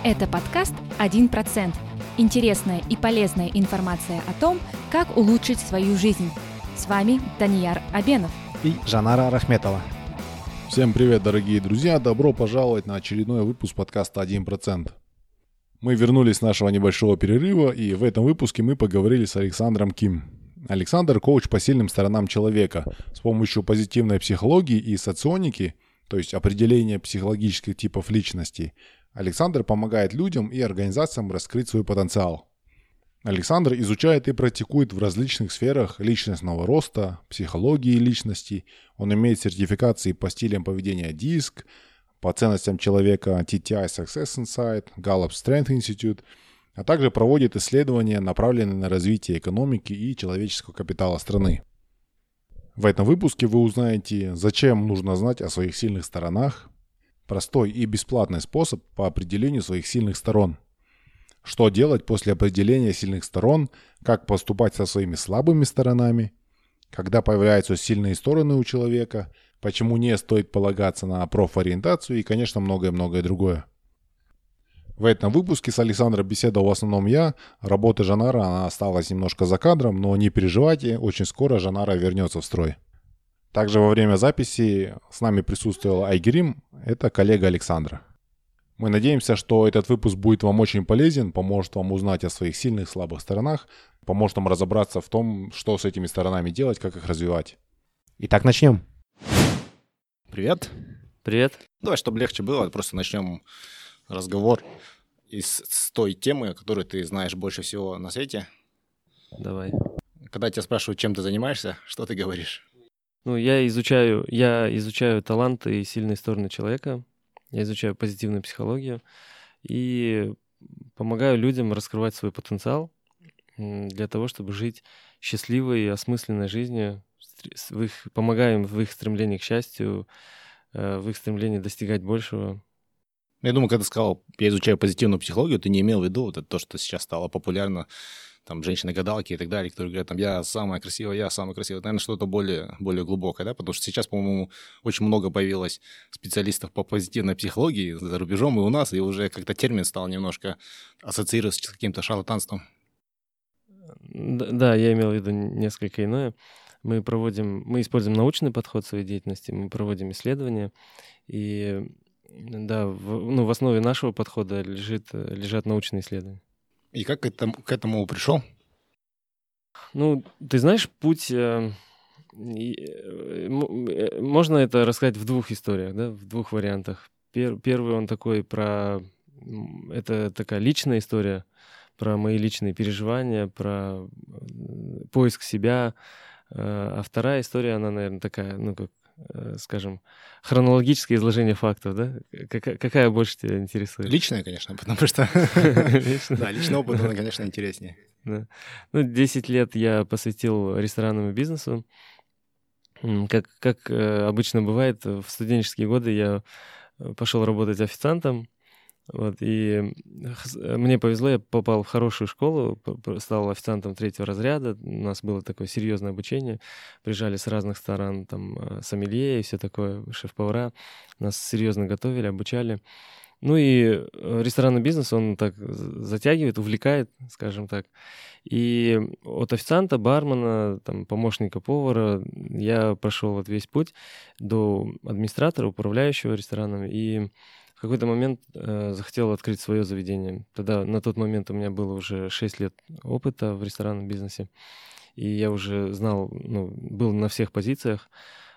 Это подкаст «1%». Интересная и полезная информация о том, как улучшить свою жизнь. С вами Данияр Абенов и Жанара Рахметова. Всем привет, дорогие друзья! Добро пожаловать на очередной выпуск подкаста «1%». Мы вернулись с нашего небольшого перерыва, и в этом выпуске мы поговорили с Александром Ким. Александр – коуч по сильным сторонам человека. С помощью позитивной психологии и соционики, то есть определения психологических типов личностей, Александр помогает людям и организациям раскрыть свой потенциал. Александр изучает и практикует в различных сферах личностного роста, психологии личности. Он имеет сертификации по стилям поведения DISC, по ценностям человека TTI Success Insight, Gallup Strength Institute, а также проводит исследования, направленные на развитие экономики и человеческого капитала страны. В этом выпуске вы узнаете, зачем нужно знать о своих сильных сторонах, простой и бесплатный способ по определению своих сильных сторон, что делать после определения сильных сторон, как поступать со своими слабыми сторонами, когда появляются сильные стороны у человека, почему не стоит полагаться на профориентацию и, конечно, многое-многое другое. В этом выпуске с Александром беседовал в основном я. Работа Жанара, она осталась немножко за кадром, но не переживайте, очень скоро Жанара вернется в строй. Также во время записи с нами присутствовал Айгерим, это коллега Александра. Мы надеемся, что этот выпуск будет вам очень полезен, поможет вам узнать о своих сильных и слабых сторонах, поможет вам разобраться в том, что с этими сторонами делать, как их развивать. Итак, начнем. Привет. Привет. Давай, чтобы легче было, просто начнем разговор с той темы, которую ты знаешь больше всего на свете. Давай. Когда тебя спрашивают, чем ты занимаешься, что ты говоришь? Я изучаю таланты и сильные стороны человека. Я изучаю позитивную психологию и помогаю людям раскрывать свой потенциал для того, чтобы жить счастливой и осмысленной жизнью. Помогаем в их стремлении к счастью, в их стремлении достигать большего. Я думаю, когда ты сказал, я изучаю позитивную психологию, ты не имел в виду вот это то, что сейчас стало популярно, там, женщины-гадалки и так далее, которые говорят, там, я самая красивая. Наверное, что-то более глубокое, да? Потому что сейчас, по-моему, очень много появилось специалистов по позитивной психологии за рубежом и у нас, и уже как-то термин стал немножко ассоциироваться с каким-то шарлатанством. Да, я имел в виду несколько иное. Мы используем научный подход в своей деятельности, мы проводим исследования, и да, в основе нашего подхода лежат научные исследования. И как к этому пришел? Ты знаешь, путь... Можно это рассказать в двух историях, да, в двух вариантах. Первый он такой это такая личная история, про мои личные переживания, про поиск себя. А вторая история, она, наверное, такая, скажем, хронологическое изложение фактов, да? Какая больше тебя интересует? Личное, конечно, потому что... Да, личный опыт, он, конечно, интереснее. 10 лет я посвятил ресторанному бизнесу. Как обычно бывает, в студенческие годы я пошел работать официантом. И мне повезло, я попал в хорошую школу, стал официантом 3-го разряда, у нас было такое серьезное обучение, приезжали с разных сторон, там, сомелье и все такое, шеф-повара, нас серьезно готовили, обучали. И ресторанный бизнес, он так затягивает, увлекает, скажем так. И от официанта, бармена, там, помощника повара я прошел весь путь до администратора, управляющего рестораном, и в какой-то момент захотел открыть свое заведение. На тот момент у меня было уже 6 лет опыта в ресторанном бизнесе, и я уже знал, был на всех позициях.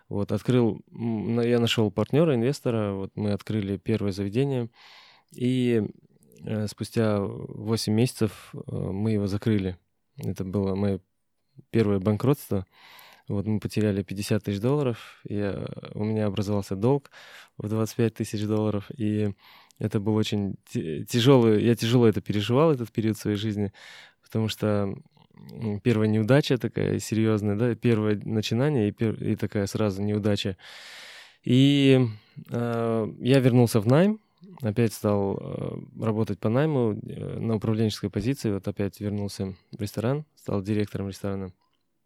Я нашел партнера, инвестора, мы открыли первое заведение, и спустя 8 месяцев мы его закрыли. Это было мое первое банкротство. Мы потеряли $50 тысяч, у меня образовался долг в $25 тысяч, и это был очень тяжелый, я тяжело это переживал, этот период своей жизни, потому что первая неудача такая серьезная, да, первое начинание и такая сразу неудача. И я вернулся в найм, опять стал работать по найму на управленческой позиции, опять вернулся в ресторан, стал директором ресторана.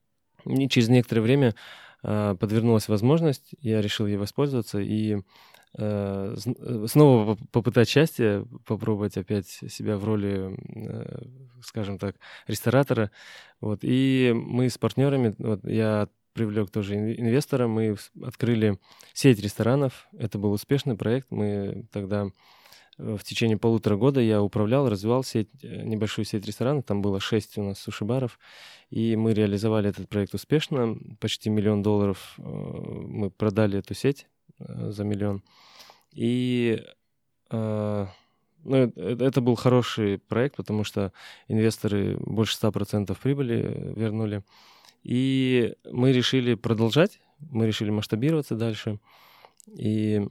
И через некоторое время подвернулась возможность, я решил ей воспользоваться и снова попытать счастье, попробовать опять себя в роли, скажем так, ресторатора. Вот. И мы с партнерами, вот, я привлек тоже инвестора, мы открыли сеть ресторанов. Это был успешный проект. Мы тогда в течение 1,5 года я управлял, развивал небольшую сеть ресторанов. Там было 6 у нас суши-баров. И мы реализовали этот проект успешно. Почти $1 миллион мы продали эту сеть за $1 миллион. И это был хороший проект, потому что инвесторы больше 100% прибыли вернули. И мы решили продолжать, мы решили масштабироваться дальше. И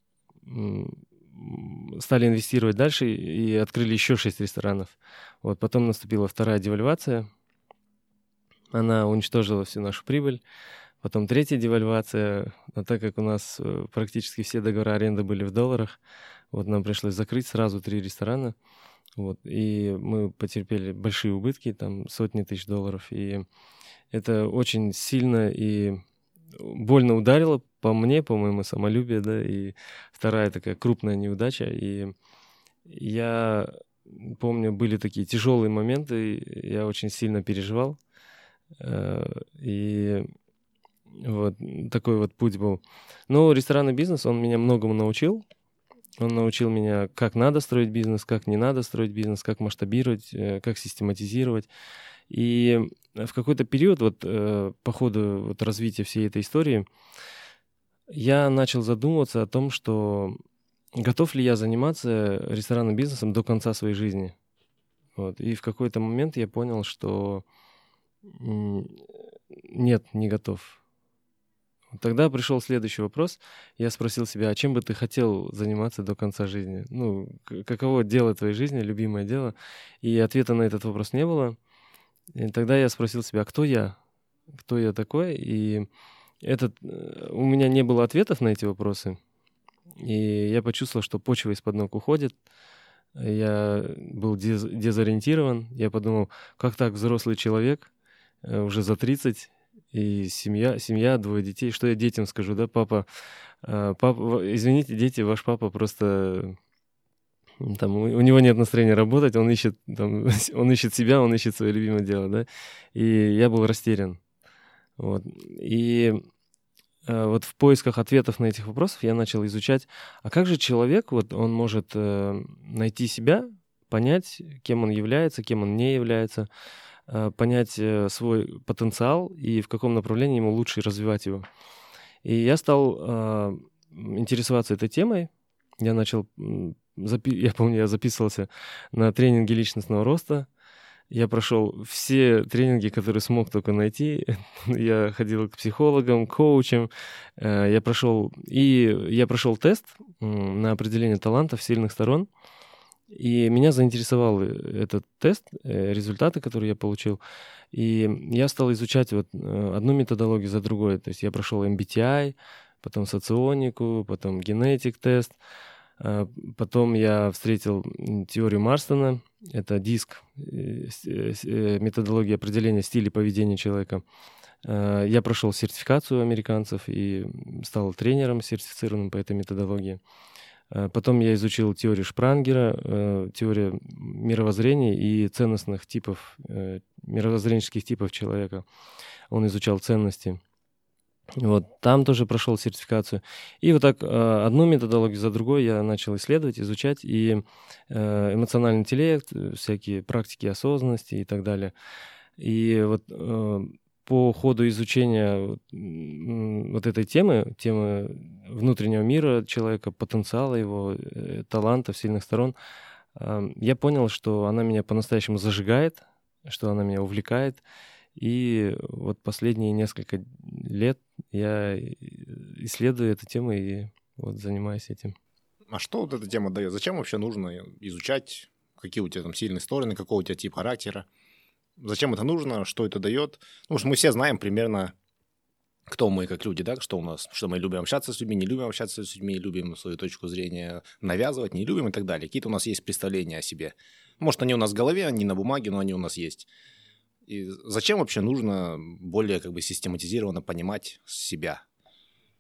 стали инвестировать дальше и открыли еще 6 ресторанов. Вот. Потом наступила вторая девальвация. Она уничтожила всю нашу прибыль. Потом третья девальвация. Но так как у нас практически все договора аренды были в долларах, вот нам пришлось закрыть сразу 3 ресторана. Вот. И мы потерпели большие убытки, там сотни тысяч долларов. И это очень сильно и больно ударило по мне, по моему самолюбию, да, и вторая такая крупная неудача. И я помню, были такие тяжелые моменты, я очень сильно переживал. И вот такой вот путь был. Но ресторанный бизнес, он меня многому научил. Он научил меня, как надо строить бизнес, как не надо строить бизнес, как масштабировать, как систематизировать. И в какой-то период, вот, по ходу вот, развития всей этой истории, я начал задумываться о том, что готов ли я заниматься ресторанным бизнесом до конца своей жизни. Вот. И в какой-то момент я понял, что нет, не готов. Тогда пришел следующий вопрос. Я спросил себя, а чем бы ты хотел заниматься до конца жизни? Ну, каково дело твоей жизни, любимое дело? И ответа на этот вопрос не было. И тогда я спросил себя, а кто я? Кто я такой? И у меня не было ответов на эти вопросы. И я почувствовал, что почва из-под ног уходит. Я был дезориентирован. Я подумал, как так взрослый человек, уже за 30, и семья, 2 детей. Что я детям скажу, да? Папа, извините, дети, ваш папа просто... Там, у него нет настроения работать, он ищет себя, он ищет свое любимое дело, да? И я был растерян. Вот. И вот в поисках ответов на этих вопросов я начал изучать, а как же человек, вот он может найти себя, понять, кем он является, кем он не является, понять свой потенциал и в каком направлении ему лучше развивать его. И я стал интересоваться этой темой. Я начал, я помню, я записывался на тренинги личностного роста. Я прошел все тренинги, которые смог только найти. Я ходил к психологам, коучам. Я прошел тест на определение талантов, сильных сторон. И меня заинтересовал этот тест, результаты, которые я получил. И я стал изучать вот одну методологию за другой. То есть я прошел MBTI, потом соционику, потом генетик-тест. Потом я встретил теорию Марстона. Это DISC, методология определения стиля поведения человека. Я прошел сертификацию американцев и стал тренером сертифицированным по этой методологии. Потом я изучил теорию Шпрангера, теорию мировоззрения и ценностных типов, мировоззренческих типов человека. Он изучал ценности. Вот, там тоже прошел сертификацию. И вот так одну методологию за другой я начал исследовать, изучать. И эмоциональный интеллект, всякие практики осознанности и так далее. И вот по ходу изучения вот этой темы внутреннего мира человека, потенциала его, талантов, сильных сторон, я понял, что она меня по-настоящему зажигает, что она меня увлекает. И вот последние несколько лет я исследую эту тему и вот занимаюсь этим. А что вот эта тема дает? Зачем вообще нужно изучать? Какие у тебя там сильные стороны, какой у тебя тип характера? Зачем это нужно? Что это дает? Ну, что мы все знаем примерно, кто мы как люди, да? Что у нас, что мы любим общаться с людьми, не любим общаться с людьми, любим свою точку зрения навязывать, не любим и так далее. Какие-то у нас есть представления о себе. Может, они у нас в голове, они на бумаге, но они у нас есть. И зачем вообще нужно более как бы систематизированно понимать себя?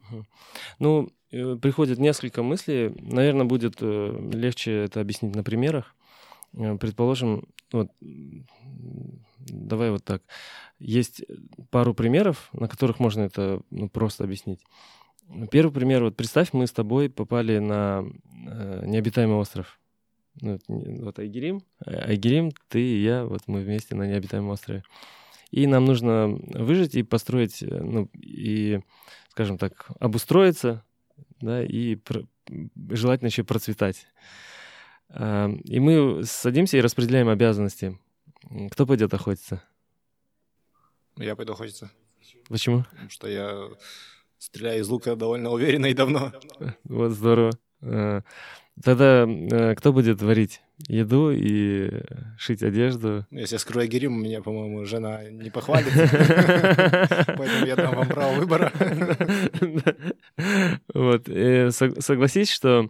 Ну, приходит несколько мыслей. Наверное, будет легче это объяснить на примерах. Предположим, вот, давай вот так. Есть пару примеров, на которых можно это просто объяснить. Первый пример. Вот представь, мы с тобой попали на необитаемый остров. Вот Айгерим, ты и я, вот мы вместе на необитаемом острове. И нам нужно выжить и построить, и, скажем так, обустроиться, да, и желательно еще процветать. И мы садимся и распределяем обязанности. Кто пойдет охотиться? Я пойду охотиться. Почему? Потому что я стреляю из лука довольно уверенно и давно. Вот здорово. Тогда кто будет варить еду и шить одежду? Если я скажу Айгерим, меня, по-моему, жена не похвалит. Поэтому я дам вам право выбора. Вот. Согласись, что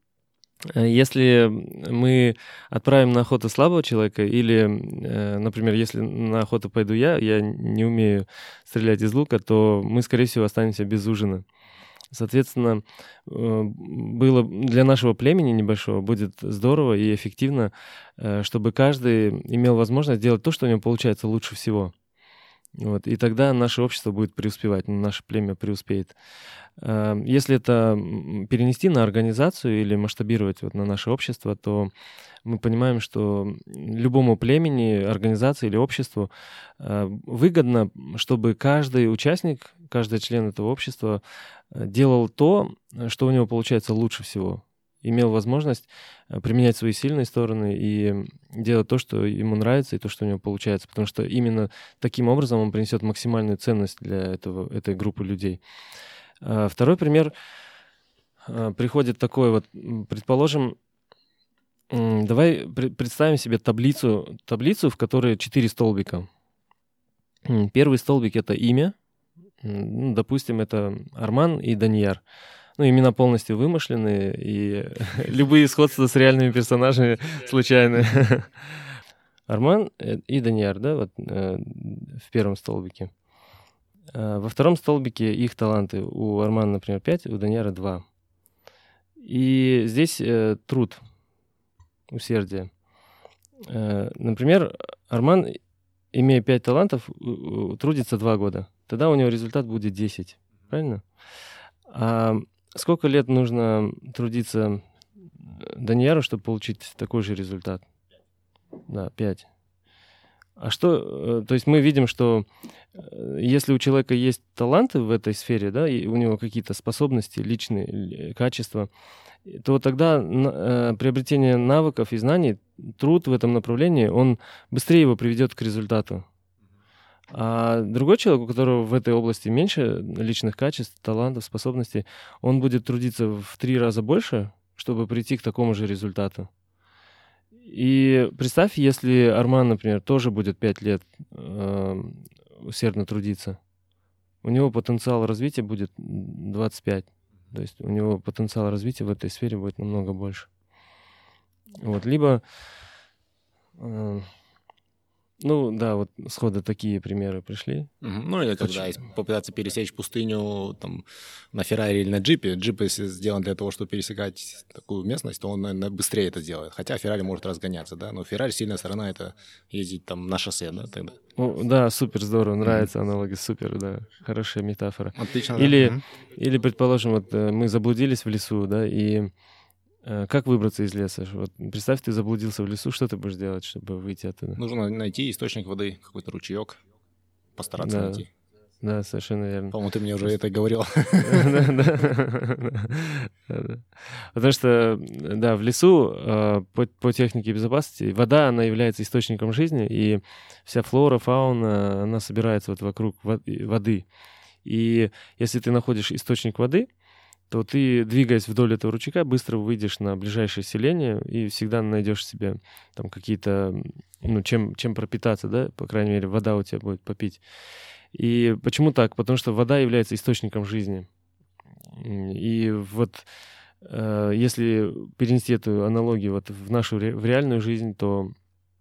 если мы отправим на охоту слабого человека, или, например, если на охоту пойду я не умею стрелять из лука, то мы, скорее всего, останемся без ужина. Соответственно, было для нашего племени небольшого будет здорово и эффективно, чтобы каждый имел возможность делать то, что у него получается лучше всего. Вот. И тогда наше общество будет преуспевать, наше племя преуспеет. Если это перенести на организацию или масштабировать вот на наше общество, то мы понимаем, что любому племени, организации или обществу выгодно, чтобы каждый участник, каждый член этого общества делал то, что у него получается лучше всего. Имел возможность применять свои сильные стороны и делать то, что ему нравится, и то, что у него получается. Потому что именно таким образом он принесет максимальную ценность для этой группы людей. Второй пример приходит такой вот. Предположим, давай представим себе таблицу, в которой 4 столбика. Первый столбик — это имя. Допустим, это Арман и Данияр. Имена полностью вымышленные, и любые сходства с реальными персонажами случайны. Арман и Данияр, да, вот в первом столбике. Во втором столбике их таланты. У Армана, например, 5, у Данияра 2. И здесь труд, усердие. Например, Арман, имея 5 талантов, трудится 2 года. Тогда у него результат будет 10. Правильно? А сколько лет нужно трудиться Данияру, чтобы получить такой же результат? Да, 5. А что, то есть мы видим, что если у человека есть таланты в этой сфере, да, и у него какие-то способности, личные качества, то тогда приобретение навыков и знаний, труд в этом направлении, он быстрее его приведет к результату. А другой человек, у которого в этой области меньше личных качеств, талантов, способностей, он будет трудиться в 3 раза больше, чтобы прийти к такому же результату. И представь, если Арман, например, тоже будет 5 лет усердно трудиться, у него потенциал развития будет 25. То есть у него потенциал развития в этой сфере будет намного больше. Вот. Либо... вот сходу такие примеры пришли. Или когда попытаться пересечь пустыню там, на Феррари или на джипе. Джип, если сделан для того, чтобы пересекать такую местность, то он, наверное, быстрее это сделает. Хотя Феррари может разгоняться, да. Но Феррари сильная сторона — это ездить там на шоссе, да, тогда. Да, супер здорово, нравятся аналоги, супер, да. Хорошая метафора. Отлично, или, предположим, вот мы заблудились в лесу, да, и как выбраться из леса? Вот представь, ты заблудился в лесу, что ты будешь делать, чтобы выйти оттуда? Нужно найти источник воды, какой-то ручеек, постараться найти. Да, совершенно верно. По-моему, ты мне уже это говорил. Потому что, да, в лесу по технике безопасности вода, она является источником жизни, и вся флора, фауна, она собирается вот вокруг воды. И если ты находишь источник воды, то ты, двигаясь вдоль этого ручейка, быстро выйдешь на ближайшее селение и всегда найдешь себе там какие-то, чем пропитаться, да, по крайней мере, вода у тебя будет попить. И почему так? Потому что вода является источником жизни. И вот если перенести эту аналогию вот в нашу в реальную жизнь, то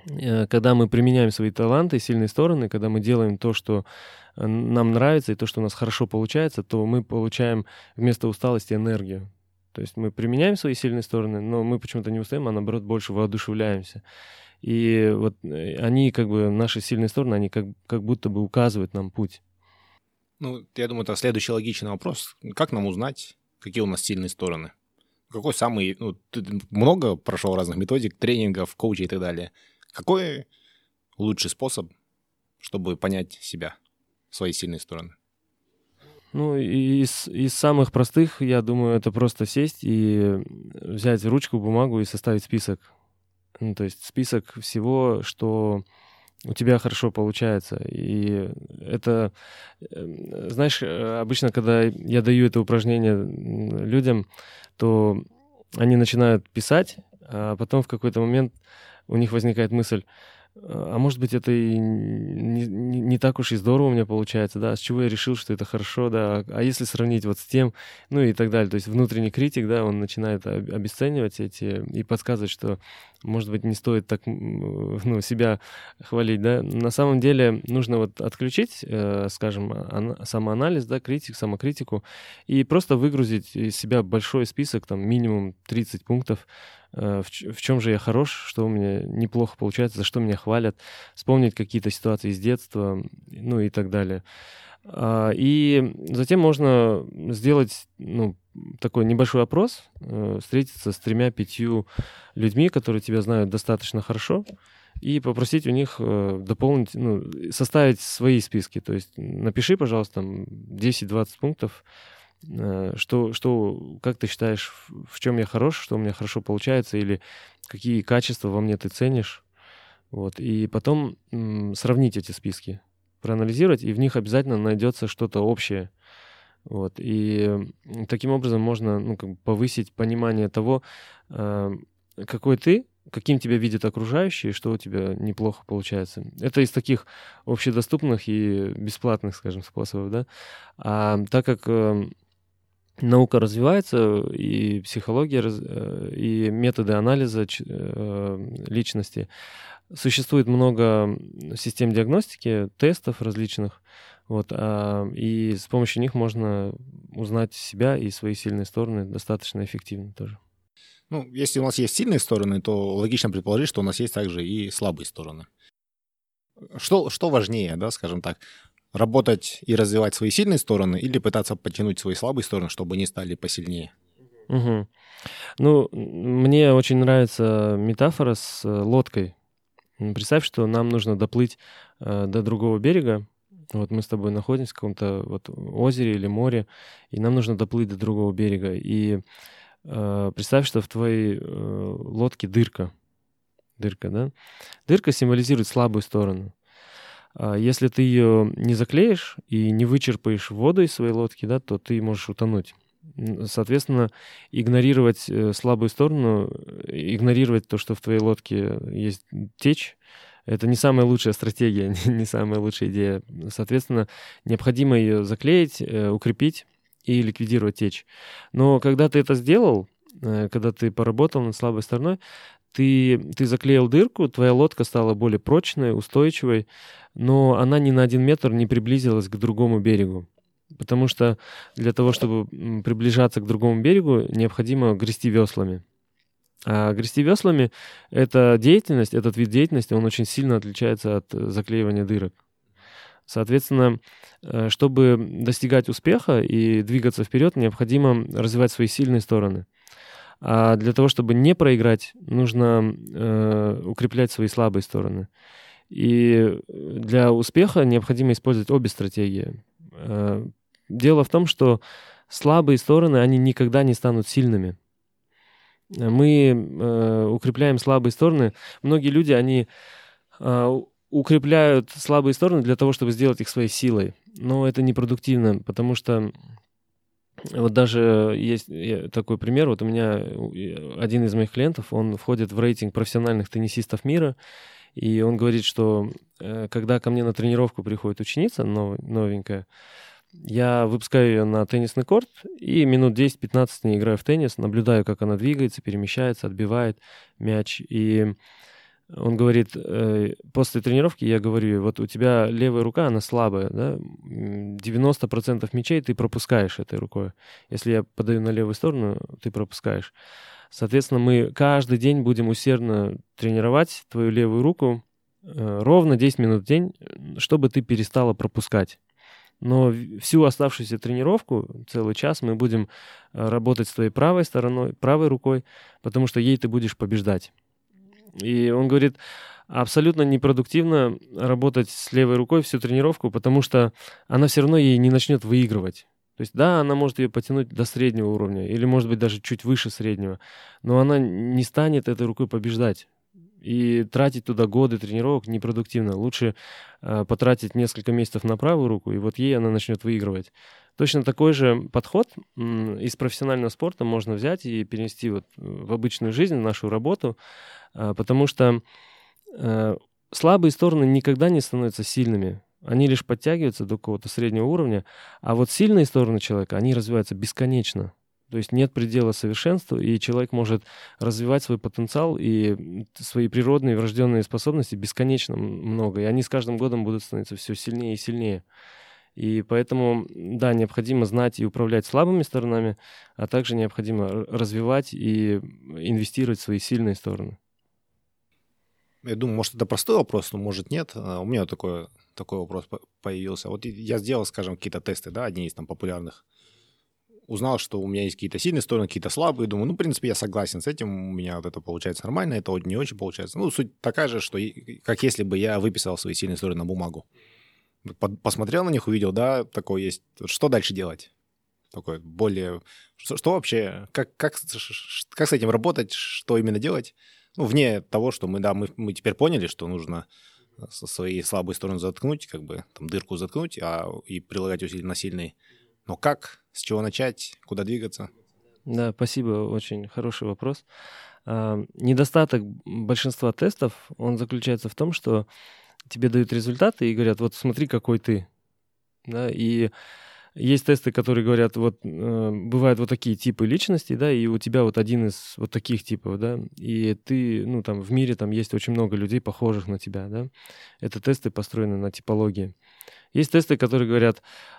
когда мы применяем свои таланты, сильные стороны, когда мы делаем то, что нам нравится, и то, что у нас хорошо получается, то мы получаем вместо усталости энергию. То есть мы применяем свои сильные стороны, но мы почему-то не устаем, а наоборот больше воодушевляемся. И вот они, как бы, наши сильные стороны, они как будто бы указывают нам путь. Ну, я думаю, это следующий логичный вопрос. Как нам узнать, какие у нас сильные стороны? Какой самый... Ну, ты много прошел разных методик, тренингов, коучей и так далее. Какой лучший способ, чтобы понять себя, свои сильные стороны? Ну, из самых простых, я думаю, это просто сесть и взять ручку, бумагу и составить список. Ну, то есть список всего, что у тебя хорошо получается. И это, знаешь, обычно, когда я даю это упражнение людям, то они начинают писать, а потом в какой-то момент у них возникает мысль, а может быть, это и не так уж и здорово у меня получается, да, с чего я решил, что это хорошо, да, а если сравнить вот с тем, ну и так далее. То есть внутренний критик, да, он начинает обесценивать эти и подсказывать, что, может быть, не стоит так, ну, себя хвалить, да. На самом деле нужно вот отключить, скажем, самоанализ, да, самокритику, и просто выгрузить из себя большой список, там, минимум 30 пунктов, в чем же я хорош, что у меня неплохо получается, за что меня хвалят, вспомнить какие-то ситуации из детства, ну и так далее. И затем можно сделать, ну, такой небольшой опрос, встретиться с 3-5 людьми, которые тебя знают достаточно хорошо, и попросить у них дополнить, ну, составить свои списки. То есть напиши, пожалуйста, 10-20 пунктов, что, как ты считаешь, в чем я хорош, что у меня хорошо получается, или какие качества во мне ты ценишь. Вот. И потом сравнить эти списки, проанализировать, и в них обязательно найдется что-то общее. Вот. И таким образом можно, ну, как бы повысить понимание того, какой ты, каким тебя видят окружающие, что у тебя неплохо получается. Это из таких общедоступных и бесплатных, скажем, способов, да. А так как наука развивается, и психология, и методы анализа личности, существует много систем диагностики, тестов различных, вот, и с помощью них можно узнать себя и свои сильные стороны достаточно эффективно тоже. Ну, если у нас есть сильные стороны, то логично предположить, что у нас есть также и слабые стороны. Что важнее, да, скажем так, работать и развивать свои сильные стороны или пытаться подтянуть свои слабые стороны, чтобы они стали посильнее? Угу. Ну, мне очень нравится метафора с лодкой. Представь, что нам нужно доплыть до другого берега. Вот мы с тобой находимся в каком-то вот озере или море, и нам нужно доплыть до другого берега. И представь, что в твоей лодке дырка. Дырка, да? Дырка символизирует слабую сторону. Если ты ее не заклеишь и не вычерпаешь воду из своей лодки, да, то ты можешь утонуть. Соответственно, игнорировать слабую сторону, игнорировать то, что в твоей лодке есть течь, это не самая лучшая стратегия, не самая лучшая идея. Соответственно, необходимо ее заклеить, укрепить и ликвидировать течь. Но когда ты это сделал, когда ты поработал над слабой стороной, ты заклеил дырку, твоя лодка стала более прочной, устойчивой, но она ни на 1 метр не приблизилась к другому берегу. Потому что для того, чтобы приближаться к другому берегу, необходимо грести веслами. А грести веслами — это деятельность, этот вид деятельности, он очень сильно отличается от заклеивания дырок. Соответственно, чтобы достигать успеха и двигаться вперед, необходимо развивать свои сильные стороны. А для того, чтобы не проиграть, нужно укреплять свои слабые стороны. И для успеха необходимо использовать обе стратегии. Дело в том, что слабые стороны, они никогда не станут сильными. Мы укрепляем слабые стороны. Многие люди, они укрепляют слабые стороны для того, чтобы сделать их своей силой. Но это непродуктивно, потому что вот даже есть такой пример. Вот у меня один из моих клиентов, он входит в рейтинг профессиональных теннисистов мира, и он говорит, что когда ко мне на тренировку приходит ученица новенькая, я выпускаю ее на теннисный корт и минут 10-15 не играю в теннис, наблюдаю, как она двигается, перемещается, отбивает мяч. И Он говорит, после тренировки я говорю, вот у тебя левая рука, она слабая, да? 90% мячей ты пропускаешь этой рукой. Если я подаю на левую сторону, ты пропускаешь. Соответственно, мы каждый день будем усердно тренировать твою левую руку ровно 10 минут в день, чтобы ты перестала пропускать. Но всю оставшуюся тренировку, целый час, мы будем работать с твоей правой стороной, правой рукой, потому что ей ты будешь побеждать. И он говорит, абсолютно непродуктивно работать с левой рукой всю тренировку, потому что она все равно ей не начнет выигрывать. То есть, да, она может ее потянуть до среднего уровня, или, может быть, даже чуть выше среднего, но она не станет этой рукой побеждать. И тратить туда годы тренировок непродуктивно. Лучше потратить несколько месяцев на правую руку, и вот ей она начнет выигрывать. Точно такой же подход из профессионального спорта можно взять и перенести вот в обычную жизнь, в нашу работу, потому что слабые стороны никогда не становятся сильными. Они лишь подтягиваются до какого-то среднего уровня, а вот сильные стороны человека, они развиваются бесконечно. То есть нет предела совершенству, и человек может развивать свой потенциал и свои природные врожденные способности бесконечно много, и они с каждым годом будут становиться все сильнее и сильнее. И поэтому, да, необходимо знать и управлять слабыми сторонами, а также необходимо развивать и инвестировать в свои сильные стороны. Я думаю, может, это простой вопрос, но может нет. У меня такой вопрос появился. Вот я сделал, скажем, какие-то тесты, да, одни из там популярных. Узнал, что у меня есть какие-то сильные стороны, какие-то слабые. Думаю, в принципе, я согласен с этим. У меня вот это получается нормально, это вот не очень получается. Суть такая же, что как если бы я выписал свои сильные стороны на бумагу. Посмотрел на них, увидел, да, такое есть. Что дальше делать? Такое более... Что вообще? Как с этим работать? Что именно делать? Вне того, что мы теперь поняли, что нужно свои слабые стороны заткнуть, как бы там дырку заткнуть, и прилагать усилия на сильные. Но как? С чего начать? Куда двигаться? Да, спасибо, очень хороший вопрос. Недостаток большинства тестов, он заключается в том, что тебе дают результаты и говорят, вот смотри, какой ты. Да, и есть тесты, которые говорят, вот бывают вот такие типы личностей, да, и у тебя вот один из вот таких типов, да, и ты, там в мире там есть очень много людей, похожих на тебя, да. Это тесты построены на типологии. Есть тесты, которые говорят,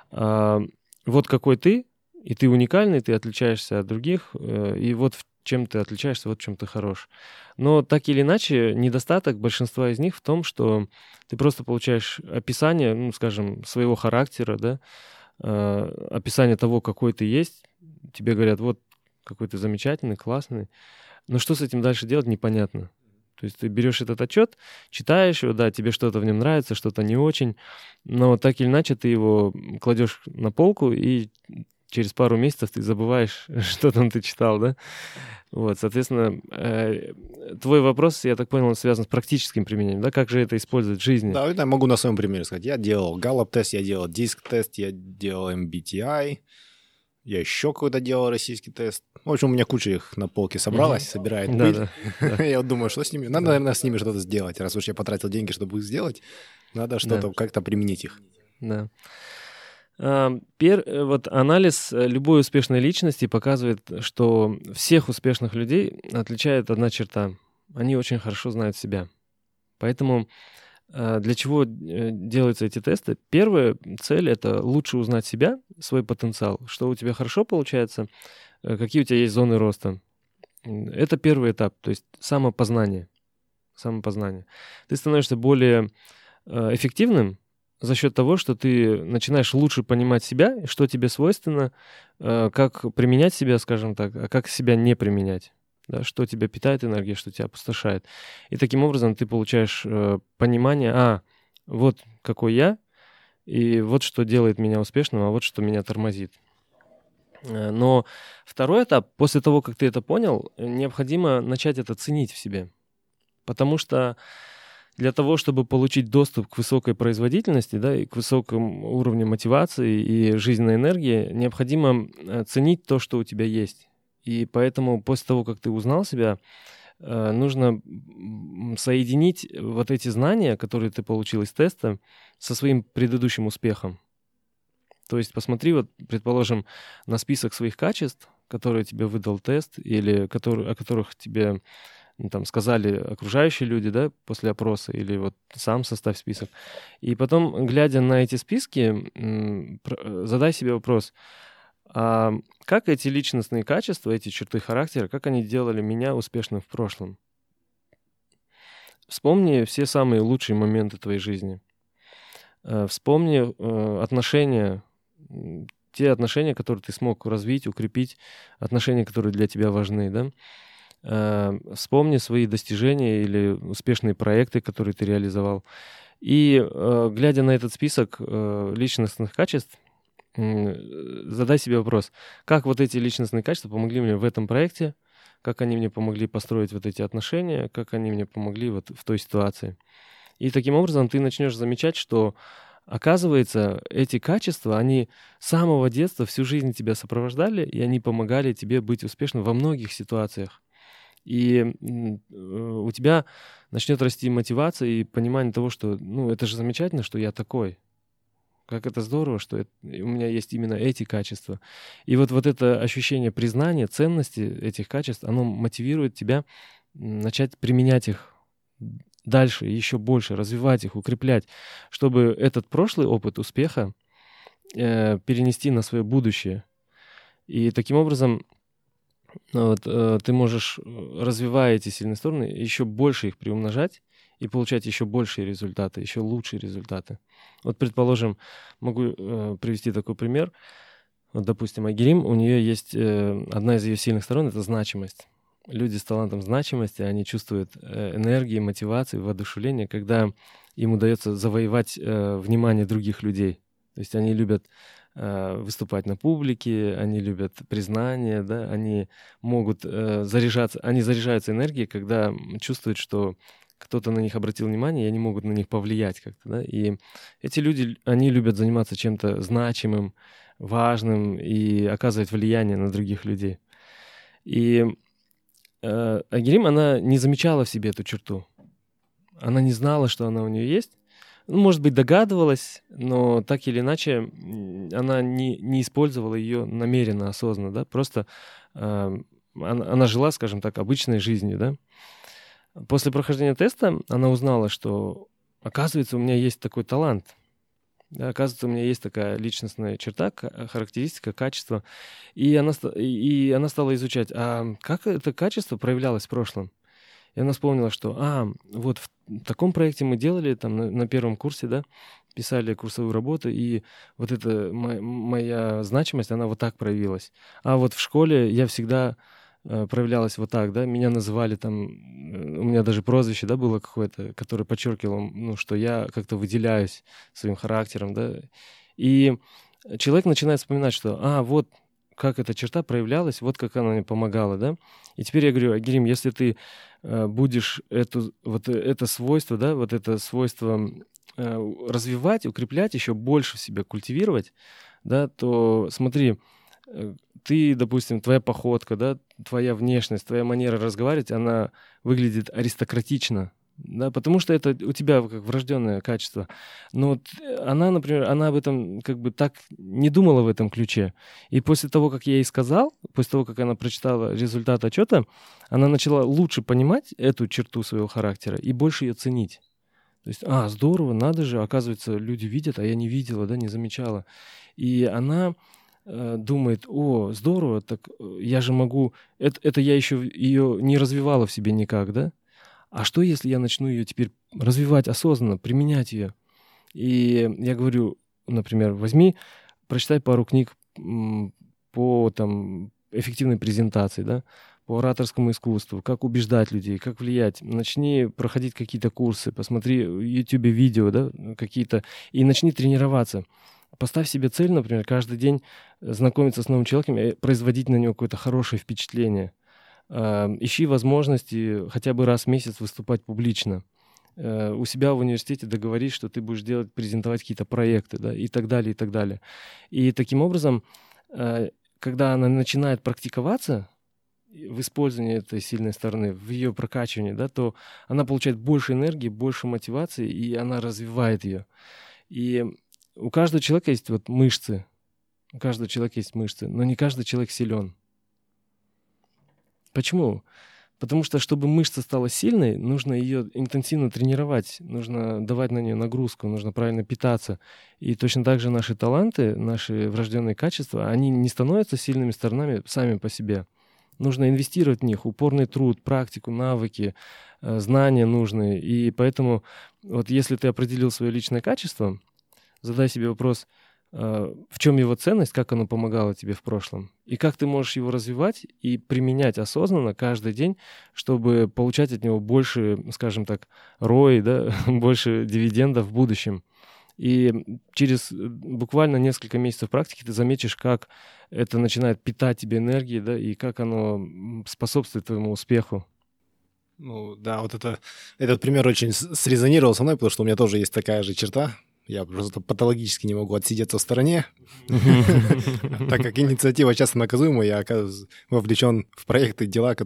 вот какой ты, и ты уникальный, ты отличаешься от других, и вот в чем ты отличаешься, вот в чем ты хорош. Но так или иначе, недостаток большинства из них в том, что ты просто получаешь описание, скажем, своего характера, да, описание того, какой ты есть. Тебе говорят, вот какой ты замечательный, классный. Но что с этим дальше делать, непонятно. То есть ты берешь этот отчет, читаешь его, да, тебе что-то в нем нравится, что-то не очень, но так или иначе ты его кладешь на полку, и через пару месяцев ты забываешь, что там ты читал, да? Вот, соответственно, твой вопрос, я так понял, он связан с практическим применением, да? Как же это использовать в жизни? Да, я могу на своем примере сказать. Я делал Gallup-тест, я делал DISC-тест, я делал MBTI, я еще какой-то делал российский тест. В общем, у меня куча их на полке собралась, собирает пыль. Я вот думаю, что с ними... Надо, наверное, с ними что-то сделать. Раз уж я потратил деньги, чтобы их сделать, надо что-то как-то применить их. Да. Вот анализ любой успешной личности показывает, что всех успешных людей отличает одна черта. Они очень хорошо знают себя. Поэтому для чего делаются эти тесты? Первая цель — это лучше узнать себя, свой потенциал, что у тебя хорошо получается, какие у тебя есть зоны роста. Это первый этап, то есть самопознание. Ты становишься более эффективным за счет того, что ты начинаешь лучше понимать себя, что тебе свойственно, как применять себя, скажем так, а как себя не применять. Да, что тебя питает энергия, что тебя опустошает. И таким образом ты получаешь понимание, вот какой я, и вот что делает меня успешным, а вот что меня тормозит. Но второй этап, после того, как ты это понял, необходимо начать это ценить в себе. Потому что для того, чтобы получить доступ к высокой производительности, да, и к высокому уровню мотивации и жизненной энергии, необходимо ценить то, что у тебя есть. И поэтому после того, как ты узнал себя, нужно соединить вот эти знания, которые ты получил из теста, со своим предыдущим успехом. То есть посмотри, вот, предположим, на список своих качеств, которые тебе выдал тест, или о которых тебе там сказали окружающие люди, да, после опроса, или вот сам составь список. И потом, глядя на эти списки, задай себе вопрос, а как эти личностные качества, эти черты характера, как они делали меня успешным в прошлом? Вспомни все самые лучшие моменты твоей жизни. Вспомни отношения, те отношения, которые ты смог развить, укрепить, отношения, которые для тебя важны, да? Вспомни свои достижения или успешные проекты, которые ты реализовал. И, глядя на этот список личностных качеств, задай себе вопрос, как вот эти личностные качества помогли мне в этом проекте, как они мне помогли построить вот эти отношения, как они мне помогли вот в той ситуации. И таким образом ты начнешь замечать, что, оказывается, эти качества, они с самого детства всю жизнь тебя сопровождали, и они помогали тебе быть успешным во многих ситуациях. И у тебя начнет расти мотивация и понимание того, что, ну, это же замечательно, что я такой. Как это здорово, что у меня есть именно эти качества. И вот это ощущение признания, ценности этих качеств, оно мотивирует тебя начать применять их дальше, еще больше, развивать их, укреплять, чтобы этот прошлый опыт успеха перенести на свое будущее. И таким образом вот, ты можешь, развивая эти сильные стороны, еще больше их приумножать и получать еще большие результаты, еще лучшие результаты. Вот, предположим, могу привести такой пример. Вот, допустим, Айгерим, у нее есть одна из ее сильных сторон — это значимость. Люди с талантом значимости, они чувствуют энергию, мотивацию, воодушевление, когда им удается завоевать внимание других людей. То есть они любят выступать на публике, они любят признание, да, они могут заряжаться энергией, когда чувствуют, что кто-то на них обратил внимание, и они могут на них повлиять как-то, да. И эти люди, они любят заниматься чем-то значимым, важным и оказывать влияние на других людей. И Айгерим, она не замечала в себе эту черту. Она не знала, что она у нее есть. Ну, может быть, догадывалась, но так или иначе она не использовала ее намеренно, осознанно, да. Просто она жила, скажем так, обычной жизнью, да. После прохождения теста она узнала, что, оказывается, у меня есть такой талант. Да, оказывается, у меня есть такая личностная черта, характеристика, качество. И она стала изучать, а как это качество проявлялось в прошлом. И она вспомнила, что вот в таком проекте мы делали, там на первом курсе, да, писали курсовую работу, и вот эта моя значимость, она вот так проявилась. А вот в школе я всегда проявлялась вот так, да, меня называли там, у меня даже прозвище, да, было какое-то, которое подчеркивало, ну, что я как-то выделяюсь своим характером, да, и человек начинает вспоминать, что, вот как эта черта проявлялась, вот как она мне помогала, да, и теперь я говорю, Айгерим, если ты будешь это свойство, да, вот это свойство развивать, укреплять, еще больше в себе культивировать, да, то смотри, ты, допустим, твоя походка, да, твоя внешность, твоя манера разговаривать, она выглядит аристократично, да, потому что это у тебя как врожденное качество. Но вот она, например, она об этом как бы так не думала в этом ключе. И после того, как я ей сказал, после того, как она прочитала результат отчета, она начала лучше понимать эту черту своего характера и больше ее ценить. То есть, здорово, надо же, оказывается, люди видят, а я не видела, да, не замечала. И она думает, здорово, так я же могу... Это я еще ее не развивала в себе никак, да? А что, если я начну ее теперь развивать осознанно, применять ее? И я говорю, например, прочитай пару книг по эффективной презентации, да, по ораторскому искусству, как убеждать людей, как влиять. Начни проходить какие-то курсы, посмотри в YouTube видео, да, какие-то, и начни тренироваться. Поставь себе цель, например, каждый день знакомиться с новым человеком и производить на него какое-то хорошее впечатление. Ищи возможности хотя бы раз в месяц выступать публично. У себя в университете договорись, что ты будешь презентовать какие-то проекты, да, и так далее, и так далее. И таким образом, когда она начинает практиковаться в использовании этой сильной стороны, в ее прокачивании, да, то она получает больше энергии, больше мотивации, и она развивает ее. И у каждого человека есть мышцы. У каждого человека есть мышцы, но не каждый человек силен. Почему? Потому что, чтобы мышца стала сильной, нужно ее интенсивно тренировать, нужно давать на нее нагрузку, нужно правильно питаться. И точно так же наши таланты, наши врожденные качества, они не становятся сильными сторонами сами по себе. Нужно инвестировать в них, упорный труд, практику, навыки, знания нужные. И поэтому вот если ты определил свое личное качество, задай себе вопрос, в чем его ценность, как оно помогало тебе в прошлом, и как ты можешь его развивать и применять осознанно каждый день, чтобы получать от него больше, скажем так, ROI, да, больше дивидендов в будущем. И через буквально несколько месяцев практики ты заметишь, как это начинает питать тебе энергией, да, и как оно способствует твоему успеху. Ну да, вот этот пример очень срезонировал со мной, потому что у меня тоже есть такая же черта. Я просто патологически не могу отсидеться в стороне, так как инициатива часто наказуема, я оказываюсь вовлечен в проекты, дела,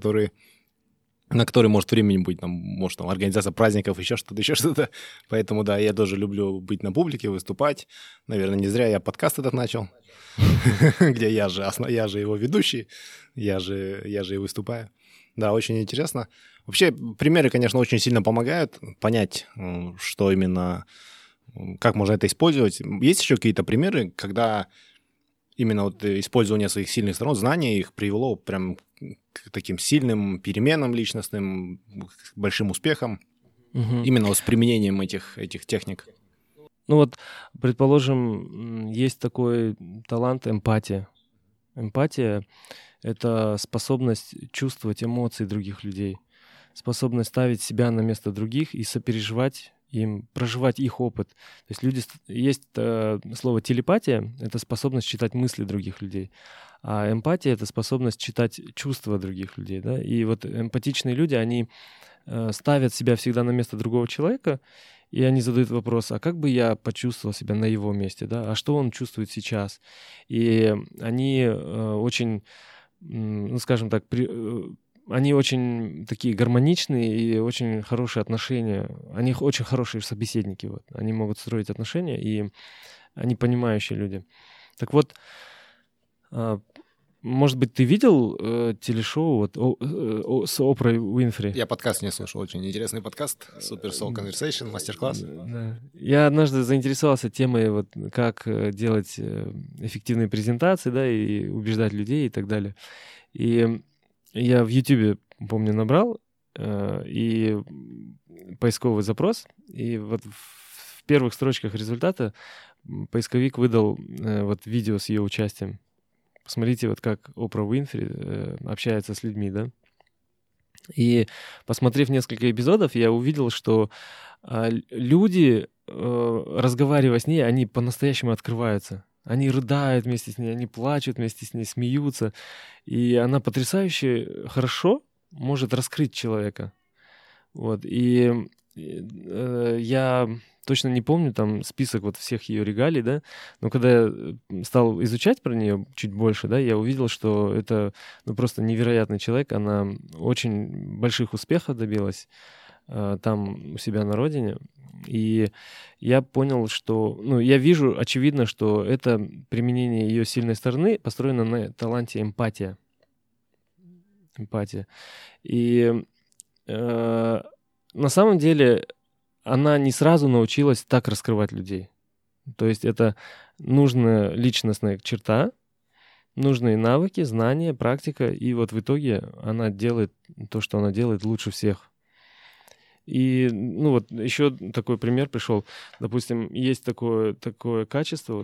на которые может времени быть, может там организация праздников, еще что-то. Поэтому да, я тоже люблю быть на публике, выступать. Наверное, не зря я подкаст этот начал, где я же его ведущий, я же и выступаю. Да, очень интересно. Вообще, примеры, конечно, очень сильно помогают понять, что именно... Как можно это использовать? Есть еще какие-то примеры, когда именно вот использование своих сильных сторон, знания их привело прям к таким сильным переменам личностным, к большим успехам, именно вот с применением этих техник? Ну вот, предположим, есть такой талант эмпатия. Эмпатия — это способность чувствовать эмоции других людей, способность ставить себя на место других и сопереживать им, проживать их опыт. То есть есть слово телепатия, это способность читать мысли других людей, а эмпатия — это способность читать чувства других людей. Да? И вот эмпатичные люди, они ставят себя всегда на место другого человека, и они задают вопрос, а как бы я почувствовал себя на его месте, да? А что он чувствует сейчас? И они очень, ну, скажем так, они очень такие гармоничные и очень хорошие отношения. Они очень хорошие собеседники. Вот. Они могут строить отношения, и они понимающие люди. Так вот, может быть, ты видел телешоу с Опрой Уинфри? Я подкаст не слушал, очень интересный подкаст. Super Soul Conversation, мастер-класс. Да. Я однажды заинтересовался темой, вот, как делать эффективные презентации, да, и убеждать людей и так далее. И я в YouTube, помню, набрал и поисковый запрос, и вот в первых строчках результата поисковик выдал вот видео с ее участием. Посмотрите, вот как Опра Уинфри общается с людьми, да. И посмотрев несколько эпизодов, я увидел, что люди, разговаривая с ней, они по-настоящему открываются. Они рыдают вместе с ней, они плачут вместе с ней, смеются. И она потрясающе хорошо может раскрыть человека. Вот. И я точно не помню там список вот всех ее регалий, да, но когда я стал изучать про нее чуть больше, да, я увидел, что это просто невероятный человек. Она очень больших успехов добилась там у себя на родине. И я понял, что... я вижу, очевидно, что это применение ее сильной стороны построено на таланте эмпатия. Эмпатия. И на самом деле она не сразу научилась так раскрывать людей. То есть это нужная личностная черта, нужные навыки, знания, практика. И вот в итоге она делает то, что она делает лучше всех. И, вот еще такой пример пришел. Допустим, есть такое качество,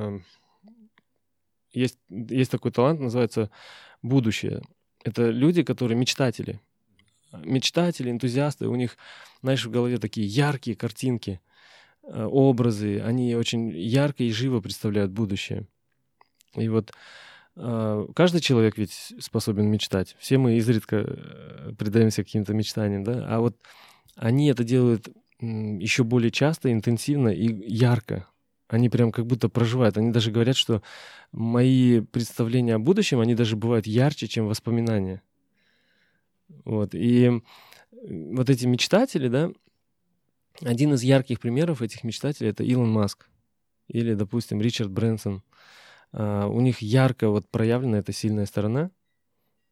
есть такой талант, называется будущее. Это люди, которые мечтатели, энтузиасты. У них, знаешь, в голове такие яркие картинки, образы. Они очень ярко и живо представляют будущее. И вот каждый человек ведь способен мечтать. Все мы изредка предаемся каким-то мечтаниям, да? А вот они это делают еще более часто, интенсивно и ярко. Они прям как будто проживают. Они даже говорят, что мои представления о будущем, они даже бывают ярче, чем воспоминания. Вот. И вот эти мечтатели, да, один из ярких примеров этих мечтателей — это Илон Маск или, допустим, Ричард Брэнсон. У них ярко вот проявлена эта сильная сторона.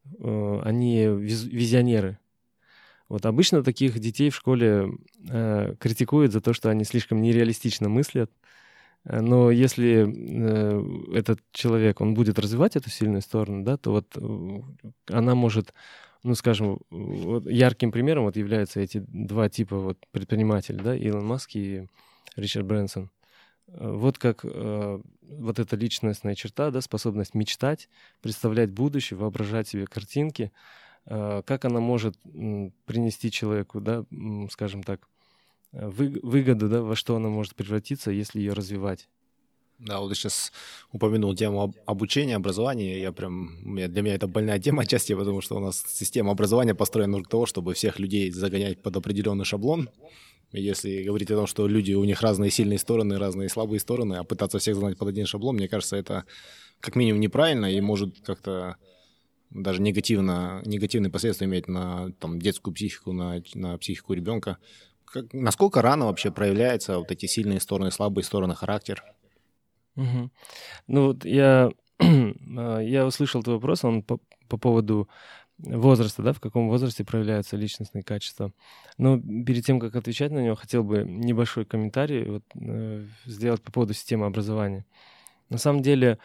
они визионеры. Вот обычно таких детей в школе критикуют за то, что они слишком нереалистично мыслят. Но если этот человек, он будет развивать эту сильную сторону, да, то вот она может, ну, скажем, вот ярким примером вот являются эти два типа вот предпринимателей, да, Илон Маск и Ричард Брэнсон. Вот как вот эта личностная черта, да, способность мечтать, представлять будущее, воображать себе картинки, как она может принести человеку, да, скажем так, выгоду, да, во что она может превратиться, если ее развивать. Да, вот ты сейчас упомянул тему обучения, образования. Для меня это больная тема отчасти, потому что у нас система образования построена для того, чтобы всех людей загонять под определенный шаблон. И если говорить о том, что люди, у них разные сильные стороны, разные слабые стороны, а пытаться всех загнать под один шаблон, мне кажется, это как минимум неправильно и может как-то даже негативные последствия иметь на там, детскую психику, на психику ребенка. Насколько рано вообще проявляются вот эти сильные стороны, слабые стороны, характер? Угу. Ну вот я услышал твой вопрос, он по поводу возраста, да, в каком возрасте проявляются личностные качества. Но перед тем, как отвечать на него, хотел бы небольшой комментарий вот, сделать по поводу системы образования. На самом деле,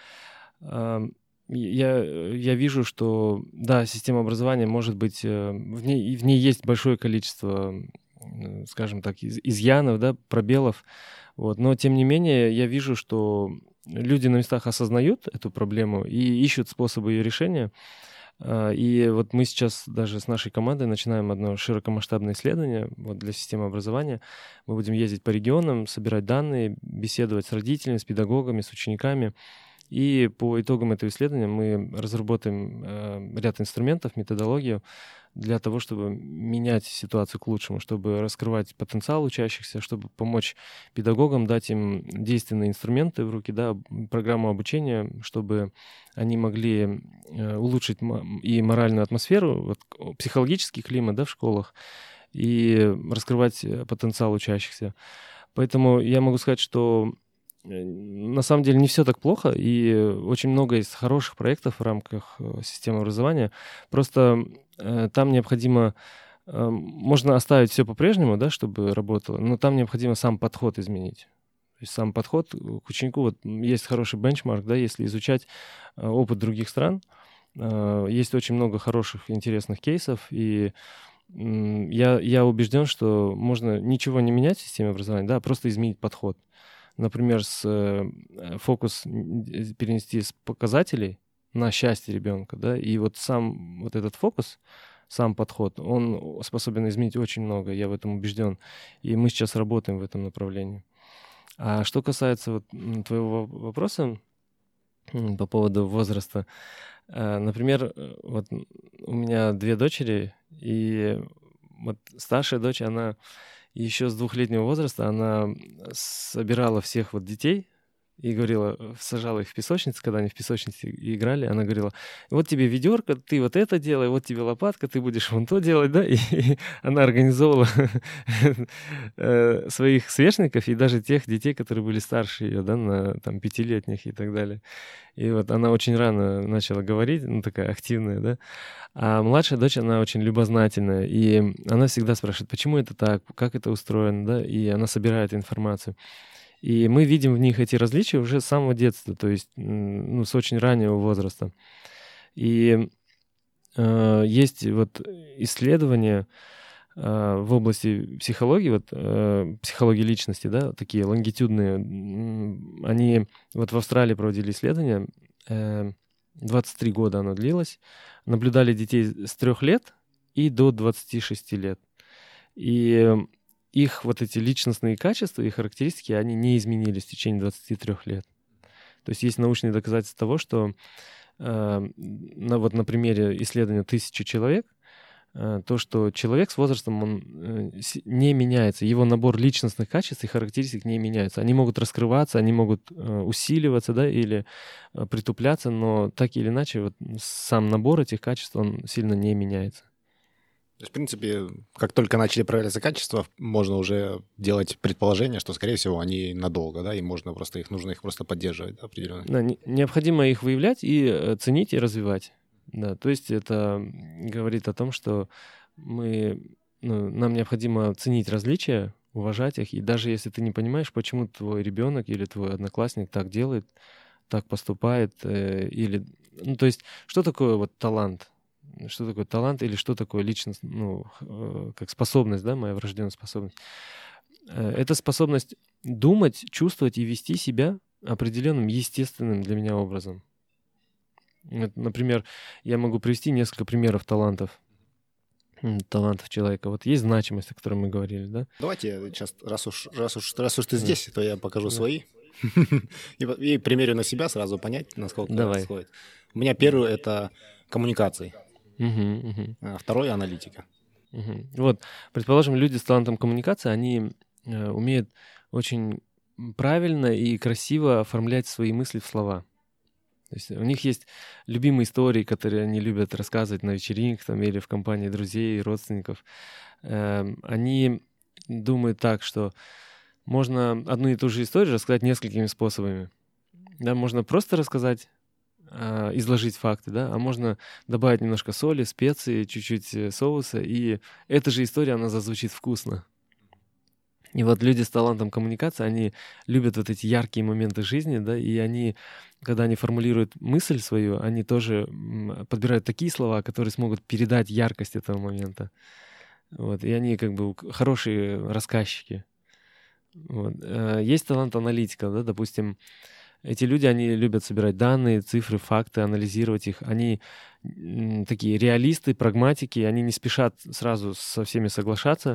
я вижу, что, да, система образования может быть, в ней есть большое количество, скажем так, изъянов, да, пробелов, вот, но тем не менее я вижу, что люди на местах осознают эту проблему и ищут способы ее решения. И вот мы сейчас даже с нашей командой начинаем одно широкомасштабное исследование вот для системы образования. Мы будем ездить по регионам, собирать данные, беседовать с родителями, с педагогами, с учениками. И по итогам этого исследования мы разработаем ряд инструментов, методологию для того, чтобы менять ситуацию к лучшему, чтобы раскрывать потенциал учащихся, чтобы помочь педагогам, дать им действенные инструменты в руки, да, программу обучения, чтобы они могли улучшить и моральную атмосферу, вот, психологический климат, да, в школах, и раскрывать потенциал учащихся. Поэтому я могу сказать, что на самом деле не все так плохо, и очень много есть хороших проектов в рамках системы образования. Просто там необходимо, можно оставить все по-прежнему, да, чтобы работало, но там необходимо сам подход изменить. То есть сам подход к ученику, вот есть хороший бенчмарк, да, если изучать опыт других стран, есть очень много хороших, интересных кейсов, и я убежден, что можно ничего не менять в системе образования, да, просто изменить подход. Например, фокус перенести с показателей на счастье ребенка, да, и вот сам вот этот фокус, сам подход, он способен изменить очень много, я в этом убежден, и мы сейчас работаем в этом направлении. А что касается вот твоего вопроса по поводу возраста, например, вот у меня 2 дочери, и вот старшая дочь, она еще с 2-летнего возраста, она собирала всех вот детей и говорила, сажала их в песочнице, когда они в песочнице играли, она говорила, вот тебе ведерко, ты вот это делай, вот тебе лопатка, ты будешь вон то делать, да, и она организовала своих сверстников и даже тех детей, которые были старше ее, да, на там 5-летних и так далее. И вот она очень рано начала говорить, ну, такая активная, да, а младшая дочь, она очень любознательная, и она всегда спрашивает, почему это так, как это устроено, да, и она собирает информацию. И мы видим в них эти различия уже с самого детства, то есть, ну, с очень раннего возраста. И есть вот исследования в области психологии, вот, психологии личности, да, такие лонгитюдные. Они вот в Австралии проводили исследования, 23 года оно длилось, наблюдали детей с 3 лет и до 26 лет. И их вот эти личностные качества и характеристики, они не изменились в течение 23 лет. То есть научные доказательства того, что вот на примере исследования 1000 человек, то, что человек с возрастом, он не меняется, его набор личностных качеств и характеристик не меняется. Они могут раскрываться, они могут усиливаться, да, или притупляться, но так или иначе вот сам набор этих качеств, он сильно не меняется. То есть, в принципе, как только начали проявляться качества, можно уже делать предположение, что, скорее всего, они надолго, да, и нужно их просто поддерживать, да, определенно. Да, необходимо их выявлять и ценить, и развивать. Да, то есть это говорит о том, что нам необходимо ценить различия, уважать их, и даже если ты не понимаешь, почему твой ребенок или твой одноклассник так делает, так поступает, то есть что такое вот талант? Что такое талант или что такое личность, как способность, да, моя врожденная способность? Это способность думать, чувствовать и вести себя определенным, естественным для меня образом. Например, я могу привести несколько примеров талантов человека. Вот есть значимость, о которой мы говорили, да? Давайте сейчас, раз уж ты здесь, то я покажу свои. И примерю на себя сразу понять, насколько это происходит. У меня первый — это коммуникации. А второй — аналитика. Вот, предположим, люди с талантом коммуникации, они умеют очень правильно и красиво оформлять свои мысли в слова. То есть у них есть любимые истории, которые они любят рассказывать на вечеринках там, или в компании друзей, родственников. Они думают так, что можно одну и ту же историю рассказать несколькими способами. Да, можно просто рассказать, изложить факты, да, а можно добавить немножко соли, специй, чуть-чуть соуса, и эта же история, она зазвучит вкусно. И вот люди с талантом коммуникации, они любят вот эти яркие моменты жизни, да, и они, когда они формулируют мысль свою, они тоже подбирают такие слова, которые смогут передать яркость этого момента. Вот, и они как бы хорошие рассказчики. Вот. Есть талант аналитика, да, допустим, эти люди, они любят собирать данные, цифры, факты, анализировать их. Они такие реалисты, прагматики, они не спешат сразу со всеми соглашаться.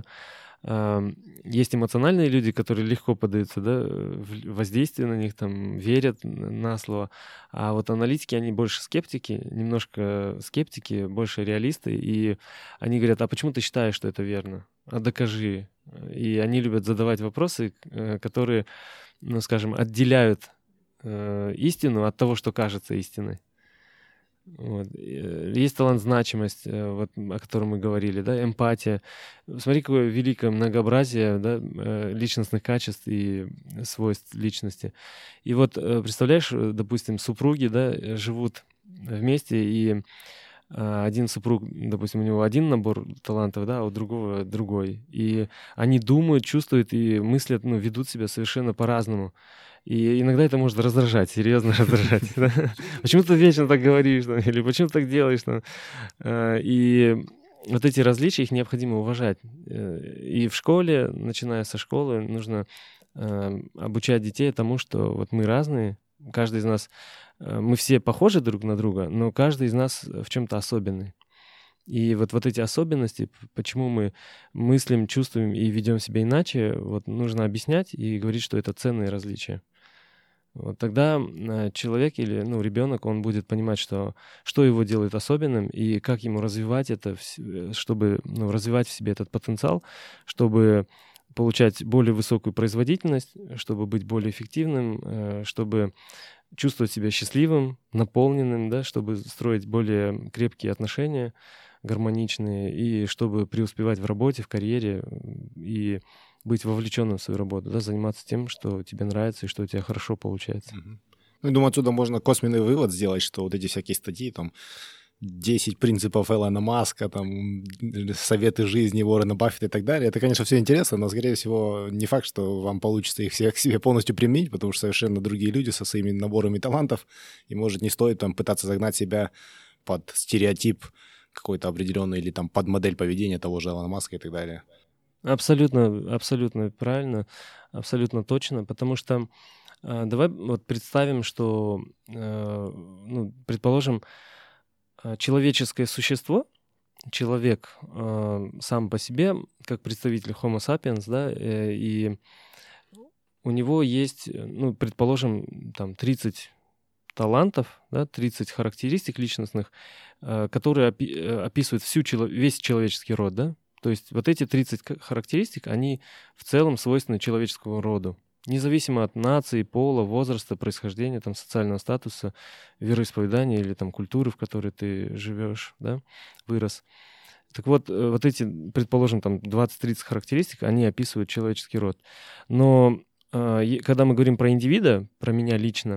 Есть эмоциональные люди, которые легко поддаются, да, воздействию на них, там, верят на слово. А вот аналитики, они больше скептики, немножко скептики, больше реалисты. И они говорят, а почему ты считаешь, что это верно? А докажи. И они любят задавать вопросы, которые, скажем, отделяют истину от того, что кажется истиной. Вот. Есть талант значимость, вот, о котором мы говорили, да, эмпатия. Смотри, какое великое многообразие, да, личностных качеств и свойств личности. И вот представляешь, допустим, супруги, да, живут вместе, и один супруг, допустим, у него один набор талантов, да, а у другого другой. И они думают, чувствуют и мыслят, ведут себя совершенно по-разному. И иногда это может раздражать, серьезно раздражать. Почему ты вечно так говоришь? Или почему так делаешь? И вот эти различия, их необходимо уважать. И в школе, начиная со школы, нужно обучать детей тому, что вот мы разные, каждый из нас, мы все похожи друг на друга, но каждый из нас в чем-то особенный. И вот эти особенности, почему мы мыслим, чувствуем и ведем себя иначе, вот нужно объяснять и говорить, что это ценные различия. Вот тогда человек или ребенок, он будет понимать, что его делает особенным и как ему развивать это, чтобы развивать в себе этот потенциал, чтобы получать более высокую производительность, чтобы быть более эффективным, чтобы чувствовать себя счастливым, наполненным, да, чтобы строить более крепкие отношения, гармоничные, и чтобы преуспевать в работе, в карьере и быть вовлеченным в свою работу, да, заниматься тем, что тебе нравится и что у тебя хорошо получается. Я думаю, отсюда можно косвенный вывод сделать, что вот эти всякие статьи, там, 10 принципов Илона Маска, там, советы жизни Уоррена Баффета и так далее. Это, конечно, все интересно, но, скорее всего, не факт, что вам получится их всех к себе полностью применить, потому что совершенно другие люди со своими наборами талантов, и, может, не стоит там пытаться загнать себя под стереотип какой-то определенный или там под модель поведения того же Илона Маска и так далее. Абсолютно, абсолютно правильно, абсолютно точно, потому что давай вот представим, что, предположим, человеческое существо, человек сам по себе, как представитель Homo sapiens, да, и у него есть, предположим, там 30 талантов, да, 30 характеристик личностных, которые описывают весь человеческий род, да. То есть вот эти 30 характеристик, они в целом свойственны человеческому роду. Независимо от нации, пола, возраста, происхождения, там, социального статуса, вероисповедания или там, культуры, в которой ты живешь, да, вырос. Так вот эти, предположим, там 20-30 характеристик, они описывают человеческий род. Но когда мы говорим про индивида, про меня лично,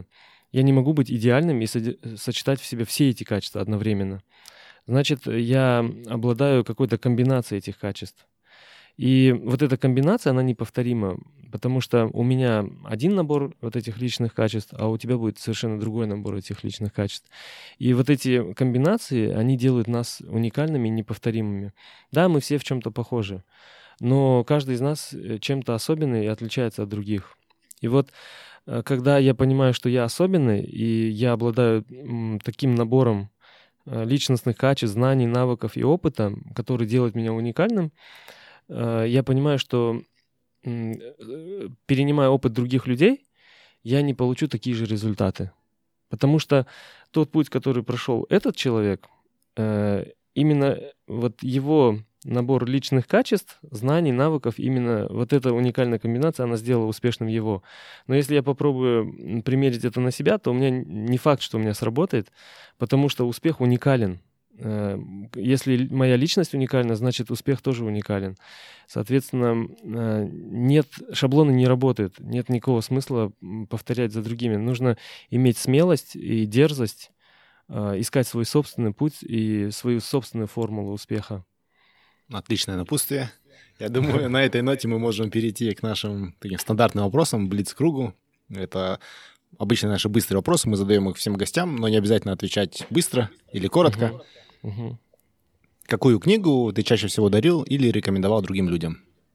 я не могу быть идеальным и сочетать в себе все эти качества одновременно. Значит, я обладаю какой-то комбинацией этих качеств. И вот эта комбинация, она неповторима, потому что у меня один набор вот этих личных качеств, а у тебя будет совершенно другой набор этих личных качеств. И вот эти комбинации, они делают нас уникальными и неповторимыми. Да, мы все в чем-то похожи, но каждый из нас чем-то особенный и отличается от других. И вот когда я понимаю, что я особенный, и я обладаю таким набором личностных качеств, знаний, навыков и опыта, который делает меня уникальным, я понимаю, что перенимая опыт других людей, я не получу такие же результаты. Потому что тот путь, который прошел этот человек, именно вот его набор личных качеств, знаний, навыков, именно вот эта уникальная комбинация, она сделала успешным его. Но если я попробую примерить это на себя, то у меня не факт, что у меня сработает, потому что успех уникален. Если моя личность уникальна, значит успех тоже уникален. Соответственно, шаблоны не работают, нет никакого смысла повторять за другими. Нужно иметь смелость и дерзость, искать свой собственный путь и свою собственную формулу успеха. Отличное напутствие. Я думаю, на этой ноте мы можем перейти к нашим таким стандартным вопросам, блиц-кругу. Это обычно наши быстрые вопросы, мы задаем их всем гостям, но не обязательно отвечать быстро или коротко. Какую книгу ты чаще всего дарил или рекомендовал другим людям?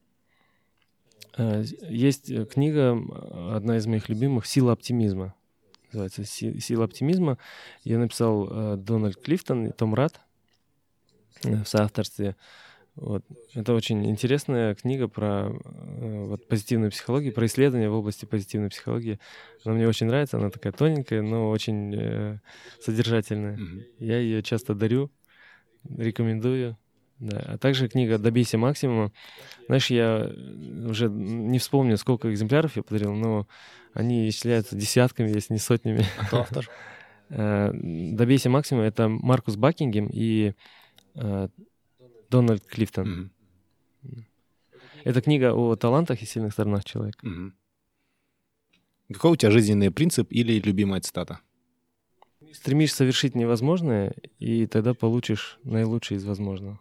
Есть книга, одна из моих любимых, «Сила оптимизма». Называется «Сила оптимизма». Ее написал Дональд Клифтон и Том Рад в соавторстве. Вот. Это очень интересная книга про позитивную психологию, про исследования в области позитивной психологии. Она мне очень нравится, она такая тоненькая, но очень содержательная. Я ее часто дарю, рекомендую. Да. А также книга «Добейся максимума». Знаешь, я уже не вспомню, сколько экземпляров я подарил, но они исчисляются десятками, если не сотнями. А кто автор? «Добейся максимума» — это Маркус Бакингем и Дональд Клифтон. Это книга о талантах и сильных сторонах человека. Какой у тебя жизненный принцип или любимая цитата? Стремишься совершить невозможное, и тогда получишь наилучшее из возможного.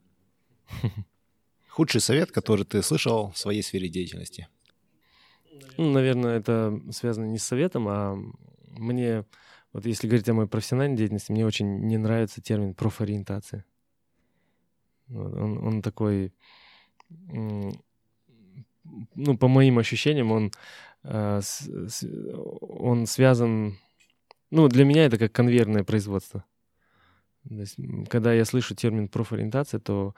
Худший совет, который ты слышал в своей сфере деятельности? Наверное, это связано не с советом, а мне, вот если говорить о моей профессиональной деятельности, мне очень не нравится термин профориентация. Он такой, по моим ощущениям, он связан... для меня это как конвейерное производство. То есть, когда я слышу термин профориентация, то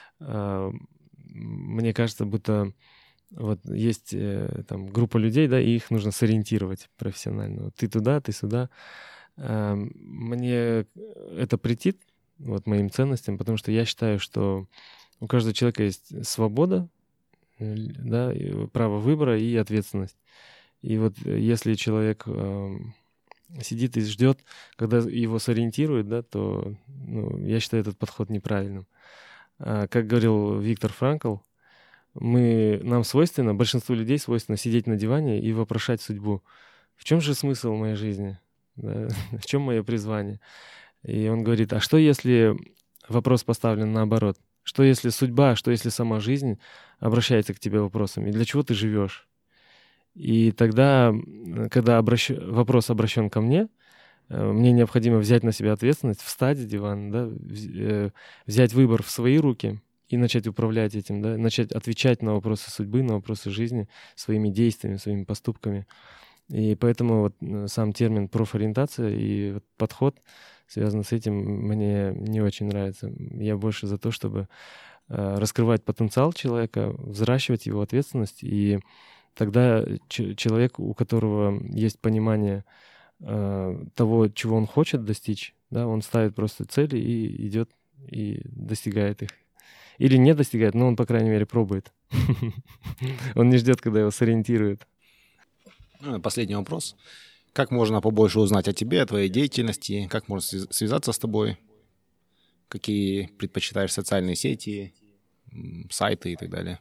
мне кажется, будто вот есть там группа людей, да, и их нужно сориентировать профессионально. Ты туда, ты сюда. Мне это претит, моим ценностям, потому что я считаю, что у каждого человека есть свобода, да, право выбора и ответственность. И вот если человек сидит и ждет, когда его сориентируют, да, то я считаю этот подход неправильным. Как говорил Виктор Франкл, нам свойственно, большинству людей свойственно сидеть на диване и вопрошать судьбу. В чем же смысл моей жизни? Да? В чем мое призвание? И он говорит, а что если вопрос поставлен наоборот? Что если судьба, что если сама жизнь обращается к тебе вопросами? И для чего ты живешь? И тогда, когда вопрос обращен ко мне необходимо взять на себя ответственность, встать с дивана, да, взять выбор в свои руки и начать управлять этим, да, начать отвечать на вопросы судьбы, на вопросы жизни своими действиями, своими поступками. И поэтому сам термин профориентация и подход, связанный с этим, мне не очень нравится. Я больше за то, чтобы раскрывать потенциал человека, взращивать его ответственность, и тогда человек, у которого есть понимание того, чего он хочет достичь, да, он ставит просто цели и идет и достигает их. Или не достигает, но он, по крайней мере, пробует. Он не ждет, когда его сориентируют. Последний вопрос. Как можно побольше узнать о тебе, о твоей деятельности? Как можно связаться с тобой? Какие предпочитаешь социальные сети, сайты и так далее?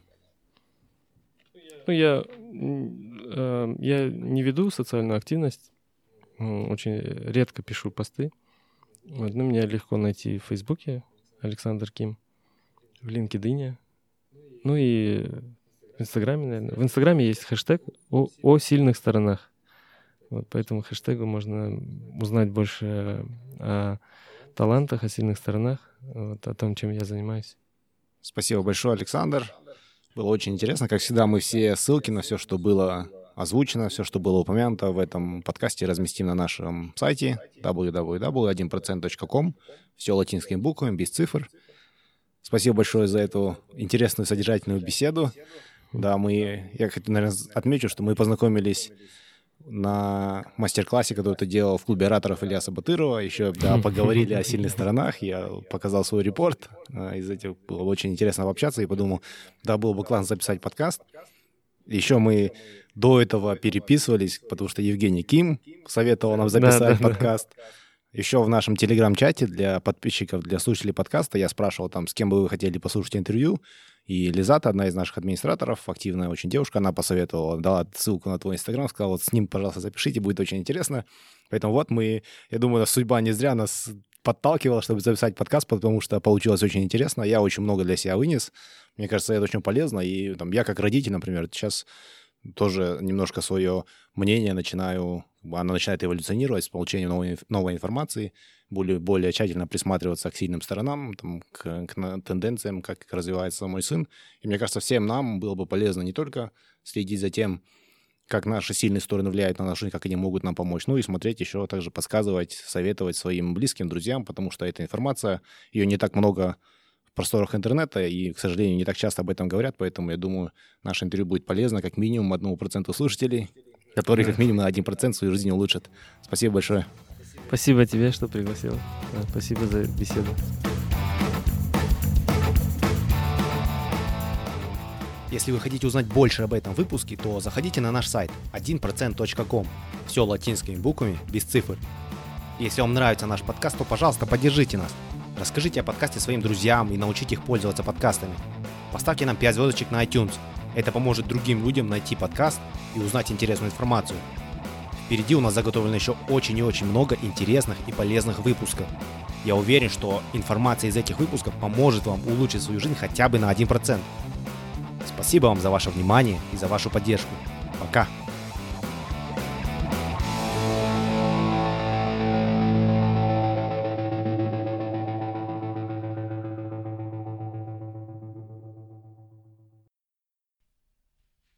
Я не веду социальную активность. очень редко пишу посты. Вот, но меня легко найти в Фейсбуке, Александр Ким, в LinkedIn, ну и в Инстаграме, наверное. В Инстаграме есть хэштег о сильных сторонах. Вот, по этому хэштегу можно узнать больше о талантах, о сильных сторонах, вот, о том, чем я занимаюсь. Спасибо большое, Александр. Было очень интересно. Как всегда, мы все ссылки на все, что было озвучено, все, что было упомянуто в этом подкасте, разместим на нашем сайте www.1%.com. Все латинскими буквами, без цифр. Спасибо большое за эту интересную, содержательную беседу. Да, я, наверное, отмечу, что мы познакомились на мастер-классе, который ты делал в клубе ораторов Ильяса Батырова. Еще поговорили о сильных сторонах. Я показал свой репорт. Из этих было очень интересно пообщаться. И подумал, было бы классно записать подкаст. Еще мы до этого переписывались, потому что Евгений Ким советовал нам записать подкаст. Еще в нашем телеграм-чате для подписчиков, для слушателей подкаста я спрашивал там, с кем бы вы хотели послушать интервью. И Лизата, одна из наших администраторов, активная очень девушка, она посоветовала, дала ссылку на твой инстаграм, сказала, вот с ним, пожалуйста, запишите, будет очень интересно. Поэтому вот я думаю, судьба не зря нас подталкивала, чтобы записать подкаст, потому что получилось очень интересно. Я очень много для себя вынес. Мне кажется, это очень полезно. И там, я как родитель, например, сейчас тоже немножко свое мнение оно начинает эволюционировать с получением новой информации, более тщательно присматриваться к сильным сторонам, там, к тенденциям, как развивается мой сын. И мне кажется, всем нам было бы полезно не только следить за тем, как наши сильные стороны влияют на нашу жизнь, как они могут нам помочь, но и смотреть еще, также подсказывать, советовать своим близким, друзьям, потому что эта информация, ее не так много в просторах интернета, и, к сожалению, не так часто об этом говорят, поэтому, я думаю, наше интервью будет полезно как минимум 1% слушателей, которые как минимум на 1% свою жизнь улучшат. Спасибо большое. Спасибо тебе, что пригласил. Спасибо за беседу. Если вы хотите узнать больше об этом выпуске, то заходите на наш сайт 1%.com. Все латинскими буквами, без цифр. Если вам нравится наш подкаст, то, пожалуйста, поддержите нас. Расскажите о подкасте своим друзьям и научите их пользоваться подкастами. Поставьте нам 5 звездочек на iTunes. Это поможет другим людям найти подкаст и узнать интересную информацию. Впереди у нас заготовлено еще очень и очень много интересных и полезных выпусков. Я уверен, что информация из этих выпусков поможет вам улучшить свою жизнь хотя бы на 1%. Спасибо вам за ваше внимание и за вашу поддержку. Пока!